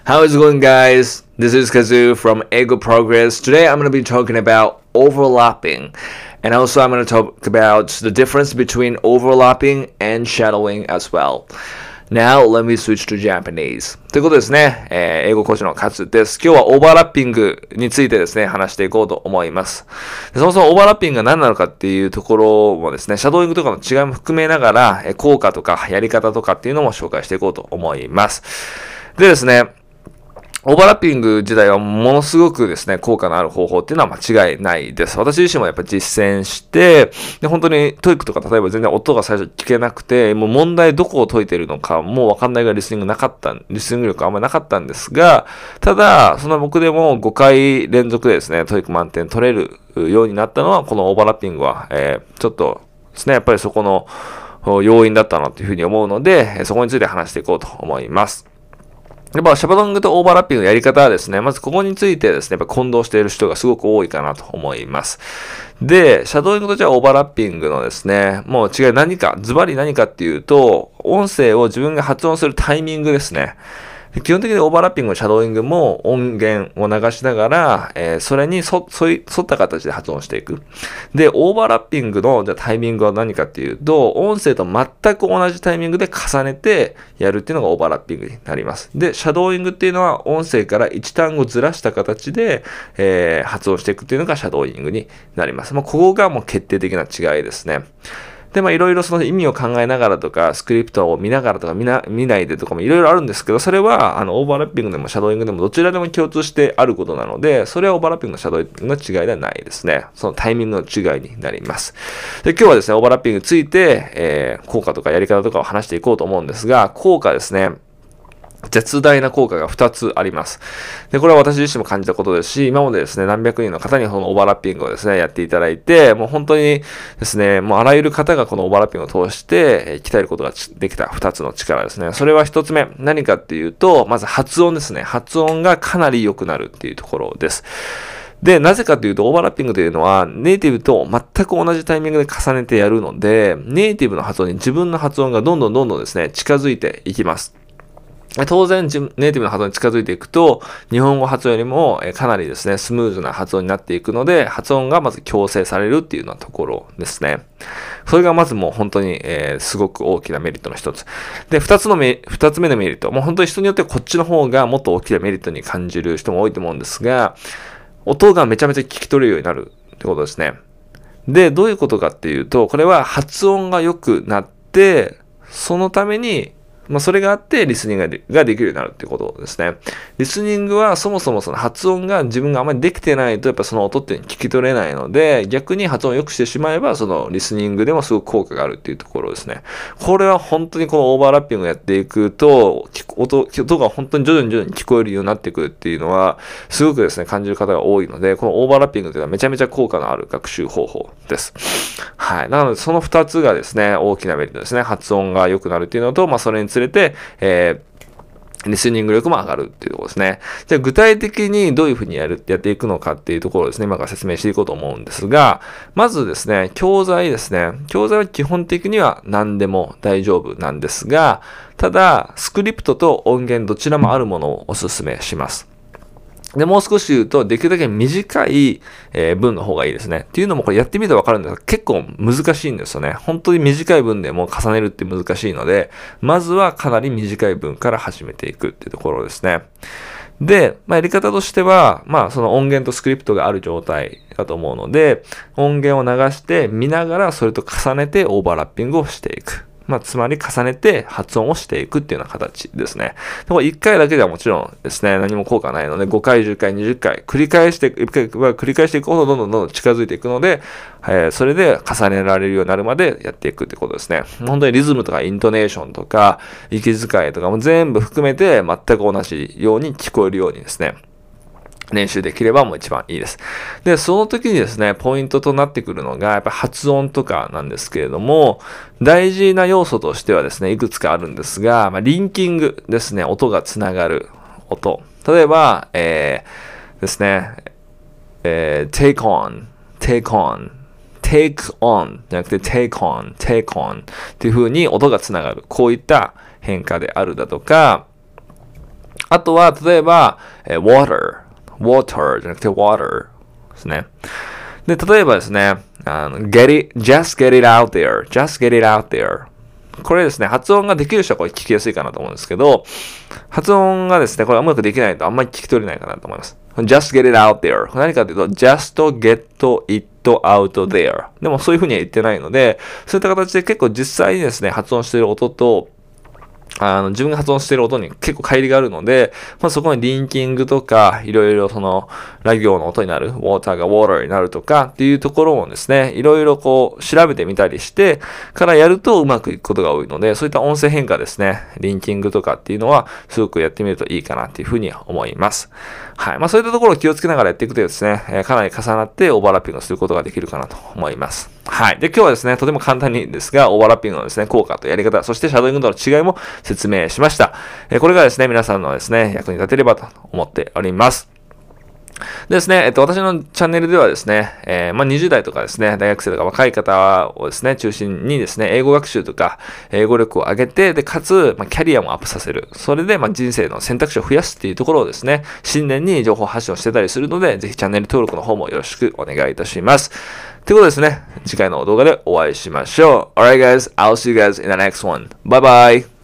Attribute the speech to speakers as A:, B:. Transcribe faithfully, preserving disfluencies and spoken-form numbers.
A: How is it going, guys? This is Kazoo from Ego Progress. Today I'm going to be talking about overlapping. And also I'm going to talk about the difference between overlapping and shadowing as well. Now let me switch to Japanese. ということですね、えー、英語講師のカツです。今日はオーバーラッピングについてですね、話していこうと思います。そもそもオーバーラッピングが何なのかっていうところもですね、シャドーイングとかの違いも含めながら、効果とかやり方とかっていうのも紹介していこうと思います。でですね、オーバーラッピング自体はものすごくですね、効果のある方法っていうのは間違いないです。私自身もやっぱ実践して、で、本当にトイックとか例えば全然音が最初聞けなくて、もう問題どこを解いているのかもうわかんないぐらいリスニングなかった、リスニング力あんまりなかったんですが、ただ、その僕でもごかい連続でですね、トイック満点取れるようになったのは、このオーバーラッピングは、えー、ちょっとですね、やっぱりそこの要因だったなというふうに思うので、そこについて話していこうと思います。やっぱシャドーイングとオーバーラッピングのやり方はですね、まずここについてですね、やっぱ混同している人がすごく多いかなと思います。で、シャドーイングとじゃあオーバーラッピングのですね、もう違い何か、ズバリ何かっていうと、音声を自分が発音するタイミングですね。基本的にオーバーラッピングもシャドーイングも音源を流しながら、えー、それにそ、そい、沿った形で発音していく。で、オーバーラッピングのじゃタイミングは何かっていうと、音声と全く同じタイミングで重ねてやるっていうのがオーバーラッピングになります。で、シャドーイングっていうのは音声からいち単語ずらした形で、えー、発音していくっていうのがシャドーイングになります。まあ、ここがもう決定的な違いですね。で、まあいろいろその意味を考えながらとか、スクリプトを見ながらとか見な、見ないでとかもいろいろあるんですけど、それはあのオーバーラッピングでもシャドーイングでもどちらでも共通してあることなので、それはオーバーラッピングのシャドーイングの違いではないですね。そのタイミングの違いになります。で、今日はですね、オーバーラッピングについて、えー、効果とかやり方とかを話していこうと思うんですが、効果ですね。絶大な効果がふたつあります。で、これは私自身も感じたことですし、今までですね、何百人の方にこのオーバーラッピングをですね、やっていただいて、もう本当にですね、もうあらゆる方がこのオーバーラッピングを通して、鍛えることができたふたつの力ですね。それはひとつめ、何かっていうと、まず発音ですね。発音がかなり良くなるっていうところです。で、なぜかというと、オーバーラッピングというのは、ネイティブと全く同じタイミングで重ねてやるので、ネイティブの発音に自分の発音がどんどんどんどんですね、近づいていきます。当然、ネイティブの発音に近づいていくと、日本語発音よりもかなりですね、スムーズな発音になっていくので、発音がまず矯正されるっていうようなところですね。それがまずもう本当に、えー、すごく大きなメリットの一つ。で、二つのメ、二つ目のメリット。もう本当に人によってはこっちの方がもっと大きなメリットに感じる人も多いと思うんですが、音がめちゃめちゃ聞き取れるようになるってことですね。で、どういうことかっていうと、これは発音が良くなって、そのために、まあ、それがあって、リスニングができるようになるっていうことですね。リスニングはそもそもその発音が自分があまりできてないと、やっぱその音っていうのに聞き取れないので、逆に発音を良くしてしまえば、そのリスニングでもすごく効果があるっていうところですね。これは本当にこのオーバーラッピングをやっていくと、音、音が本当に徐々に徐々に聞こえるようになってくるっていうのは、すごくですね、感じる方が多いので、このオーバーラッピングというのはめちゃめちゃ効果のある学習方法です。はい。なので、その二つがですね、大きなメリットですね。発音が良くなるっていうのと、まあ、それにつれて、えーリスニング力も上がるっていうところですね。じゃあ具体的にどういうふうにやる、やっていくのかっていうところをですね、今から説明していこうと思うんですが、まずですね、教材ですね。教材は基本的には何でも大丈夫なんですが、ただ、スクリプトと音源どちらもあるものをお勧めします。で、もう少し言うと、できるだけ短い、えー、文の方がいいですね。っていうのもこれやってみてわかるんですが、結構難しいんですよね。本当に短い文でも重ねるって難しいので、まずはかなり短い文から始めていくっていうところですね。で、まあ、やり方としては、まあ、その音源とスクリプトがある状態だと思うので、音源を流して見ながらそれと重ねてオーバーラッピングをしていく。まあ、つまり重ねて発音をしていくっていうような形ですね。でもいっかいだけではもちろんですね、何も効果ないので、ごかい、じゅっかい、にじゅっかい、繰り返して、いっかい繰り返していくほどどんどんどんどん近づいていくので、えー、それで重ねられるようになるまでやっていくってことですね。本当にリズムとかイントネーションとか、息遣いとかも全部含めて全く同じように聞こえるようにですね。練習できればもう一番いいです。で、その時にですね、ポイントとなってくるのが、やっぱり発音とかなんですけれども、大事な要素としてはですね、いくつかあるんですが、まあ、リンキングですね、音がつながる音。例えば、えー、ですね、えー、take on, take on, take on じゃなくて take on, take on っていう風に音がつながる。こういった変化であるだとか、 あとは、例えば、えー、water, water じゃなくて water ですね。で、例えばですね、あの get it, just get it out there, just get it out there。これですね、発音ができる人はこれ聞きやすいかなと思うんですけど、発音がですね、これうまくできないとあんまり聞き取れないかなと思います。just get it out there。何かというと、just get it out there。でもそういうふうには言ってないので、そういった形で結構実際にですね、発音している音と、あの、自分が発音している音に結構乖離があるので、まあ、そこにリンキングとか、いろいろその、ラ行の音になる、ウォーターがウォーターになるとかっていうところをですね、いろいろこう、調べてみたりして、からやるとうまくいくことが多いので、そういった音声変化ですね、リンキングとかっていうのは、すごくやってみるといいかなっていうふうに思います。はい。まあ、そういったところを気をつけながらやっていくとですね、えー、かなり重なってオーバーラッピングをすることができるかなと思います。はい。で、今日はですね、とても簡単にですが、オーバーラッピングのですね、効果とやり方、そしてシャドウイングとの違いも説明しました。えー、これがですね、皆さんのですね、役に立てればと思っております。でですね、えっと、私のチャンネルではですね、えー、まあ、にじゅう代とかですね、大学生とか若い方をですね、中心にですね、英語学習とか、英語力を上げて、で、かつ、まあ、キャリアもアップさせる。それで、まあ、人生の選択肢を増やすっていうところをですね、新年に情報発信をしてたりするので、ぜひチャンネル登録の方もよろしくお願いいたします。ということですね、次回の動画でお会いしましょう。Alright guys, I'll see you guys in the next one. Bye bye!